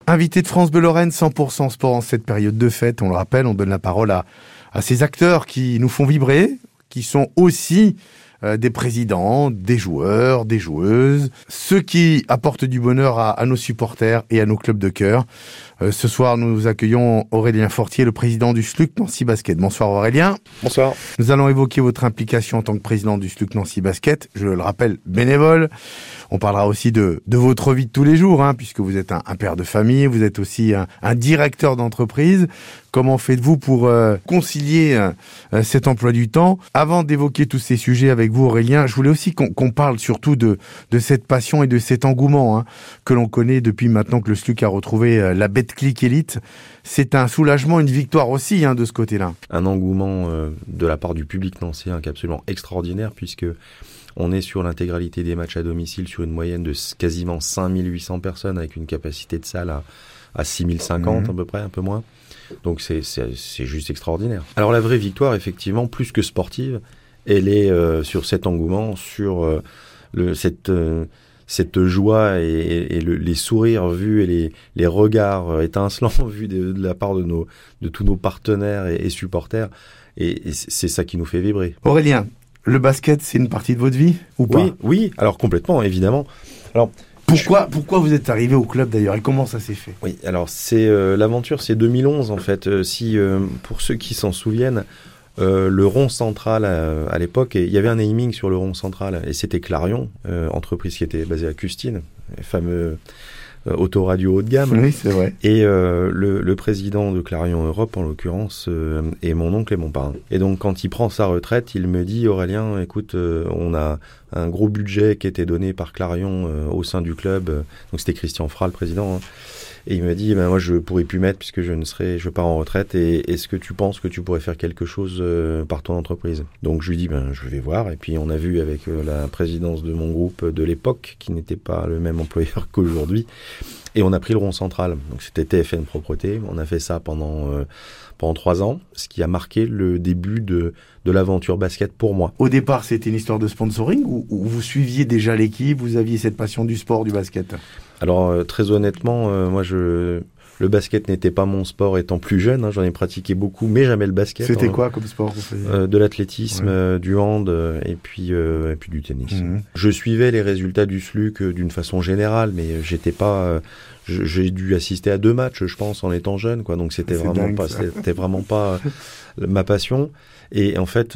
Invité de France Bleu Lorraine, 100% sport en cette période de fête. On le rappelle, on donne la parole à ces acteurs qui nous font vibrer, qui sont aussi des présidents, des joueurs, des joueuses, ceux qui apportent du bonheur à nos supporters et à nos clubs de cœur. Ce soir, nous accueillons Aurélien Fortier, le président du SLUC Nancy Basket. Bonsoir Aurélien. Bonsoir. Nous allons évoquer votre implication en tant que président du SLUC Nancy Basket. Je le rappelle, bénévole. On parlera aussi de votre vie de tous les jours, puisque vous êtes un père de famille, vous êtes aussi un directeur d'entreprise. Comment faites-vous pour concilier cet emploi du temps? Avant d'évoquer tous ces sujets avec vous, Aurélien, je voulais aussi qu'on parle surtout de cette passion et de cet engouement que l'on connaît depuis maintenant que le SLUC a retrouvé la Betclic Elite. C'est un soulagement, une victoire aussi de ce côté-là. Un engouement de la part du public nancéen qui est absolument extraordinaire, puisque on est sur l'intégralité des matchs à domicile sur une moyenne de quasiment 5800 personnes avec une capacité de salle à 6050 à peu près, un peu moins. Donc c'est juste extraordinaire. Alors la vraie victoire, effectivement, plus que sportive, elle est sur cet engouement, sur cette joie et les sourires vus et les regards étincelants vus de la part de tous nos partenaires et supporters. Et c'est ça qui nous fait vibrer. Aurélien, le basket, c'est une partie de votre vie ou pas? Oui, alors complètement, évidemment. Alors Pourquoi vous êtes arrivé au club d'ailleurs et comment ça s'est fait? Oui, alors l'aventure, c'est 2011 en fait. Pour ceux qui s'en souviennent, le rond central à l'époque, il y avait un naming sur le rond central et c'était Clarion, entreprise qui était basée à Custine, fameux autoradio haut de gamme. Oui, c'est vrai. Et le président de Clarion Europe, en l'occurrence, est mon oncle et mon parrain. Et donc, quand il prend sa retraite, il me dit, Aurélien, écoute, on a un gros budget qui était donné par Clarion au sein du club. Donc, c'était Christian Fra, le président. Et il me dit, moi, je pourrais plus mettre puisque je pars en retraite. Et est-ce que tu penses que tu pourrais faire quelque chose par ton entreprise? Donc, je lui dis, je vais voir. Et puis, on a vu avec la présidence de mon groupe de l'époque, qui n'était pas le même employeur qu'aujourd'hui. Et on a pris le rond central. Donc, c'était TFN Propreté. On a fait ça pendant 3 ans, ce qui a marqué le début de l'aventure basket pour moi. Au départ, c'était une histoire de sponsoring ou vous suiviez déjà l'équipe, vous aviez cette passion du sport, du basket? Alors, très honnêtement, moi, le basket n'était pas mon sport étant plus jeune. J'en ai pratiqué beaucoup, mais jamais le basket. C'était quoi comme sport vous faisiez? De l'athlétisme, du hand et puis du tennis. Je suivais les résultats du SLUC d'une façon générale, mais j'étais pas... j'ai dû assister à 2 matchs, je pense, en étant jeune, quoi. Donc c'était vraiment pas ma passion. Et en fait,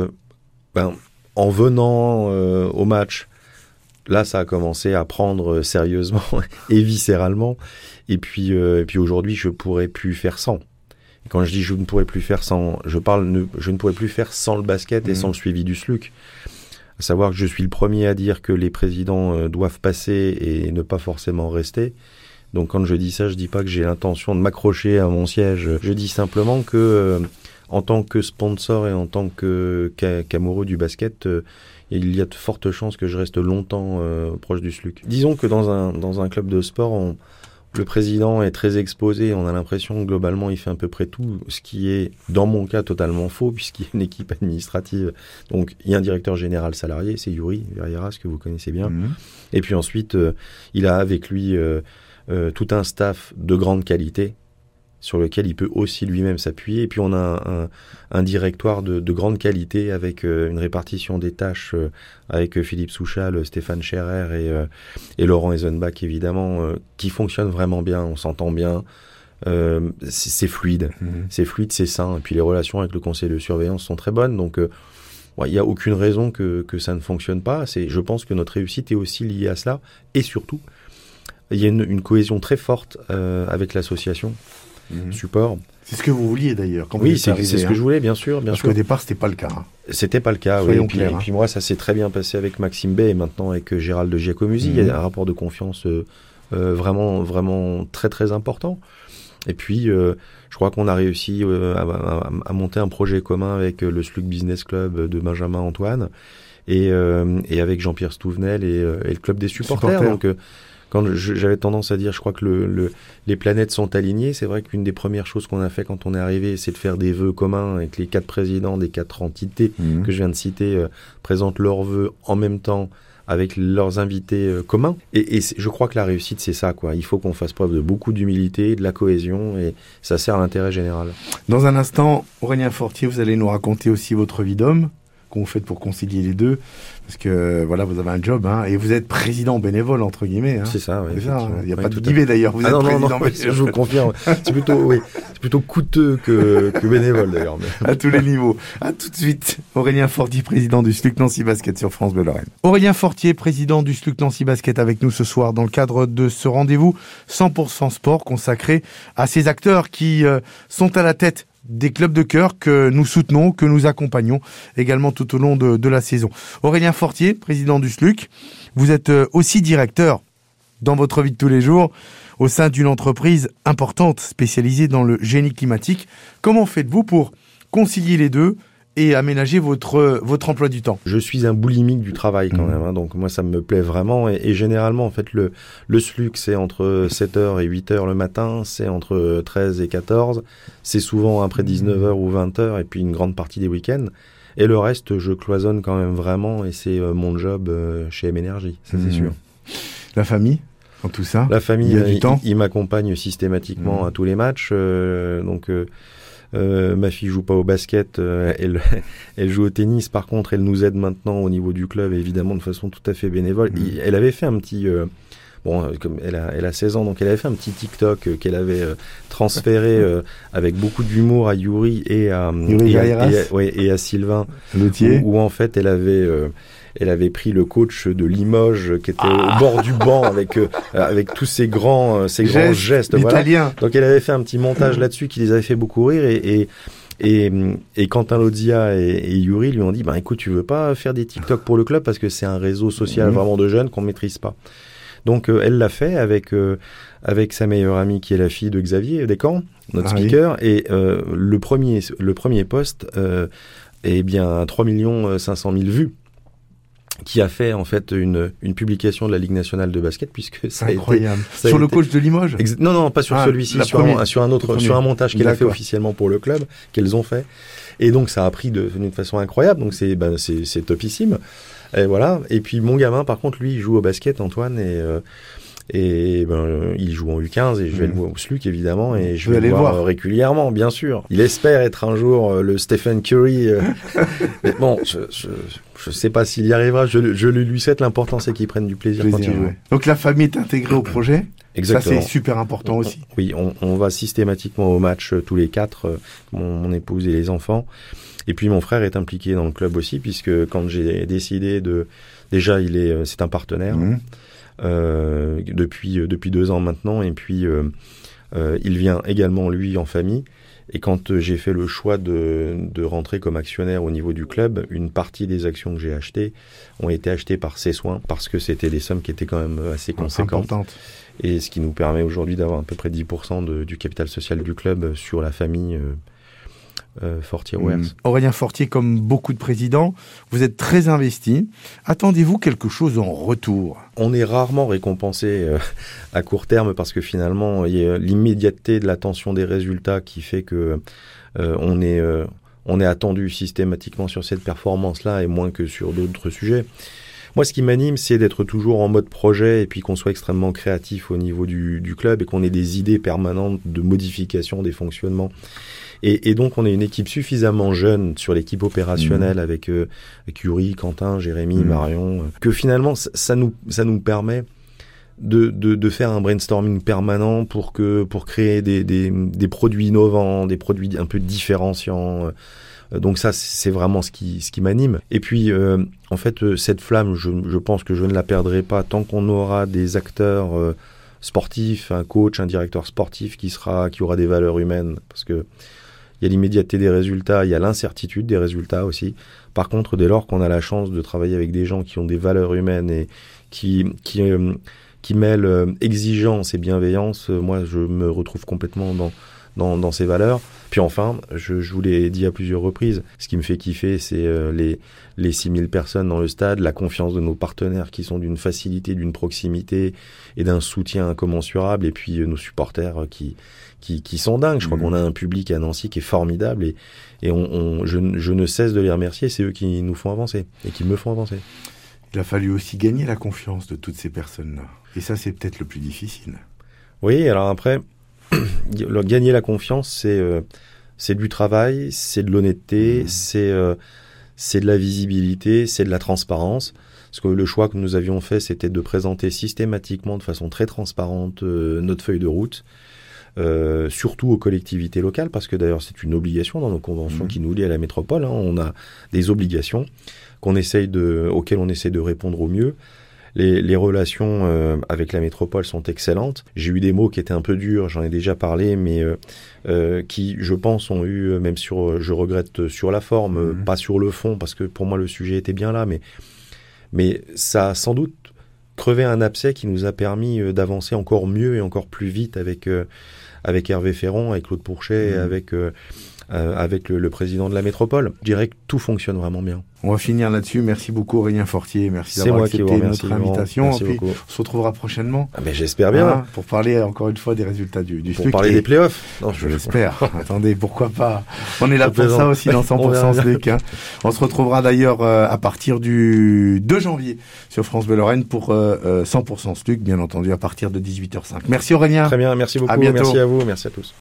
en venant au match, là, ça a commencé à prendre sérieusement et viscéralement. Et puis aujourd'hui, je pourrais plus faire sans. Et quand je dis je ne pourrais plus faire sans, je ne pourrais plus faire sans le basket et sans le suivi du SLUC. À savoir que je suis le premier à dire que les présidents doivent passer et ne pas forcément rester. Donc quand je dis ça, je dis pas que j'ai l'intention de m'accrocher à mon siège. Je dis simplement que en tant que sponsor et en tant qu'amoureux du basket, il y a de fortes chances que je reste longtemps proche du SLUC. Disons que dans un club de sport, le président est très exposé. On a l'impression que globalement, il fait à peu près tout, ce qui est, dans mon cas, totalement faux, puisqu'il y a une équipe administrative. Donc, il y a un directeur général salarié, c'est Yuri Verieras, que vous connaissez bien. Et puis ensuite, il a avec lui tout un staff de grande qualité, sur lequel il peut aussi lui-même s'appuyer. Et puis on a un directoire de grande qualité avec une répartition des tâches avec Philippe Souchal, Stéphane Scherer et Laurent Eisenbach, évidemment, qui fonctionne vraiment bien, on s'entend bien. C'est fluide, c'est sain. Et puis les relations avec le conseil de surveillance sont très bonnes. Donc il n'y a aucune raison que ça ne fonctionne pas. Je pense que notre réussite est aussi liée à cela. Et surtout, il y a une cohésion très forte avec l'association. Support. C'est ce que vous vouliez d'ailleurs. Oui, c'est ce que je voulais, bien sûr. Parce qu'au départ, c'était pas le cas. C'était pas le cas, oui. Et puis moi, ça s'est très bien passé avec Maxime Bay et maintenant avec Gérald de Giacomusi. Il y a un rapport de confiance vraiment, vraiment très, très important. Et puis, je crois qu'on a réussi à monter un projet commun avec le SLUC Business Club de Benjamin Antoine et avec Jean-Pierre Stouvenel et le club des supporters. Donc, quand j'avais tendance à dire, je crois que les planètes sont alignées. C'est vrai qu'une des premières choses qu'on a fait quand on est arrivé, c'est de faire des vœux communs avec les 4 présidents des 4 entités que je viens de citer, présentent leurs vœux en même temps avec leurs invités communs. Et je crois que la réussite, c'est ça, quoi. Il faut qu'on fasse preuve de beaucoup d'humilité, de la cohésion, et ça sert à l'intérêt général. Dans un instant, Aurélien Fortier, vous allez nous raconter aussi votre vie d'homme. Comment vous faites pour concilier les deux? Parce que voilà, vous avez un job, hein, et vous êtes président bénévole, entre guillemets. Hein. C'est ça, oui. Il n'y a pas de guillemets d'ailleurs. Vous êtes président bénévole. Je vous confirme. C'est plutôt coûteux que bénévole d'ailleurs. Mais... À tous les niveaux. À tout de suite. Aurélien Fortier, président du SLUC Nancy Basket sur France Bleu Lorraine. Aurélien Fortier, président du SLUC Nancy Basket avec nous ce soir dans le cadre de ce rendez-vous 100% sport consacré à ces acteurs qui sont à la tête des clubs de cœur que nous soutenons, que nous accompagnons également tout au long de la saison. Aurélien Fortier, président du SLUC, vous êtes aussi directeur dans votre vie de tous les jours au sein d'une entreprise importante spécialisée dans le génie climatique. Comment faites-vous pour concilier les deux et aménager votre emploi du temps? Je suis un boulimique du travail quand même, hein, donc moi ça me plaît vraiment et généralement en fait le SLUC c'est entre 7h et 8h le matin, c'est entre 13 et 14, c'est souvent après 19h ou 20h et puis une grande partie des week-ends et le reste je cloisonne quand même vraiment et c'est mon job chez M-Énergie, ça c'est sûr. La famille dans tout ça? La famille, il m'accompagne systématiquement à tous les matchs, ma fille joue pas au basket, elle joue au tennis. Par contre, elle nous aide maintenant au niveau du club, évidemment de façon tout à fait bénévole. Elle avait fait un petit, comme elle a 16 ans, donc elle avait fait un petit TikTok qu'elle avait transféré avec beaucoup d'humour à Yuri et à Sylvain, où en fait elle avait pris le coach de Limoges qui était au bord du banc avec tous ces grands gestes. Voilà. Donc elle avait fait un petit montage là-dessus qui les avait fait beaucoup rire et Quentin Lodzia et Yuri lui ont dit écoute, tu veux pas faire des TikTok pour le club parce que c'est un réseau social vraiment de jeunes qu'on maîtrise pas. Donc elle l'a fait avec sa meilleure amie qui est la fille de Xavier Descamps, notre speaker, et le premier post 3 500 000 vues, qui a fait en fait une publication de la Ligue nationale de basket puisque ça incroyable. Sur le coach de Limoges. Non, pas sur celui-ci, sur un montage qu'elle a fait officiellement pour le club, qu'elles ont fait. Et donc ça a pris d'une façon incroyable. Donc c'est topissime. Et voilà. Et puis mon gamin, par contre, lui, il joue au basket, Antoine, il joue en U15 et je vais le voir au SLUC évidemment et je vais le voir régulièrement, bien sûr. Il espère être un jour le Stephen Curry. Mais bon, je sais pas s'il y arrivera. Je lui souhaite, l'important c'est qu'il prenne du plaisir quand il joue. Donc la famille est intégrée au projet. Exactement. Ça c'est super important aussi. Oui, on va systématiquement au match tous les quatre, mon épouse et les enfants. Et puis mon frère est impliqué dans le club aussi puisque quand j'ai décidé déjà c'est un partenaire. Depuis 2 ans maintenant et puis il vient également lui en famille et quand j'ai fait le choix de rentrer comme actionnaire au niveau du club, une partie des actions que j'ai achetées ont été achetées par ses soins parce que c'était des sommes qui étaient quand même assez conséquentes et ce qui nous permet aujourd'hui d'avoir à peu près 10% du capital social du club sur la famille Fortier Wares. Aurélien Fortier, comme beaucoup de présidents, vous êtes très investi. Attendez-vous quelque chose en retour? On est rarement récompensé à court terme parce que finalement, il y a l'immédiateté de l'attention des résultats qui fait que on est attendu systématiquement sur cette performance-là et moins que sur d'autres sujets. Moi, ce qui m'anime, c'est d'être toujours en mode projet et puis qu'on soit extrêmement créatif au niveau du club et qu'on ait des idées permanentes de modification des fonctionnements. Et donc, on est une équipe suffisamment jeune sur l'équipe opérationnelle avec Yuri, Quentin, Jérémy, Marion, que finalement, ça nous permet de faire un brainstorming permanent pour créer des produits innovants, des produits un peu différenciants. Donc ça, c'est vraiment ce qui m'anime. Et puis, en fait, cette flamme, je pense que je ne la perdrai pas tant qu'on aura des acteurs sportifs, un coach, un directeur sportif qui aura des valeurs humaines. Parce que il y a l'immédiateté des résultats, il y a l'incertitude des résultats aussi. Par contre, dès lors qu'on a la chance de travailler avec des gens qui ont des valeurs humaines et qui mêlent exigence et bienveillance, moi, je me retrouve complètement dans ces valeurs. Puis enfin, je vous l'ai dit à plusieurs reprises, ce qui me fait kiffer, c'est les 6000 personnes dans le stade, la confiance de nos partenaires qui sont d'une facilité, d'une proximité et d'un soutien incommensurable, et puis nos supporters qui sont dingues. Je crois qu'on a un public à Nancy qui est formidable et je ne cesse de les remercier. C'est eux qui nous font avancer et qui me font avancer. Il a fallu aussi gagner la confiance de toutes ces personnes-là. Et ça, c'est peut-être le plus difficile. Oui, alors après, gagner la confiance, c'est du travail, c'est de l'honnêteté, c'est de la visibilité, c'est de la transparence. Parce que le choix que nous avions fait, c'était de présenter systématiquement, de façon très transparente, notre feuille de route, surtout aux collectivités locales, parce que d'ailleurs c'est une obligation dans nos conventions qui nous lient à la métropole. On a des obligations auxquelles on essaie de répondre au mieux. Les relations avec la métropole sont excellentes. J'ai eu des mots qui étaient un peu durs, j'en ai déjà parlé, mais qui, je pense, ont eu, même je regrette sur la forme, pas sur le fond, parce que pour moi le sujet était bien là, mais ça a sans doute crevé un abcès qui nous a permis d'avancer encore mieux et encore plus vite avec Hervé Ferron, avec Claude Pourchet, avec le président de la métropole. Je dirais que tout fonctionne vraiment bien. On va finir là-dessus. Merci beaucoup Aurélien Fortier. Merci d'avoir accepté notre invitation. Merci puis, beaucoup. on se retrouvera prochainement. Mais j'espère bien. Pour parler encore une fois des résultats du Pour SLUC. parler des playoffs. Non, je l'espère. Attendez, pourquoi pas. On est là pour ça aussi dans 100% SLUC. On se retrouvera d'ailleurs à partir du 2 janvier sur France Bleu Lorraine pour 100% SLUC, bien entendu, à partir de 18h05. Merci Aurélien. Très bien, merci beaucoup. À bientôt. Merci à vous, merci à tous.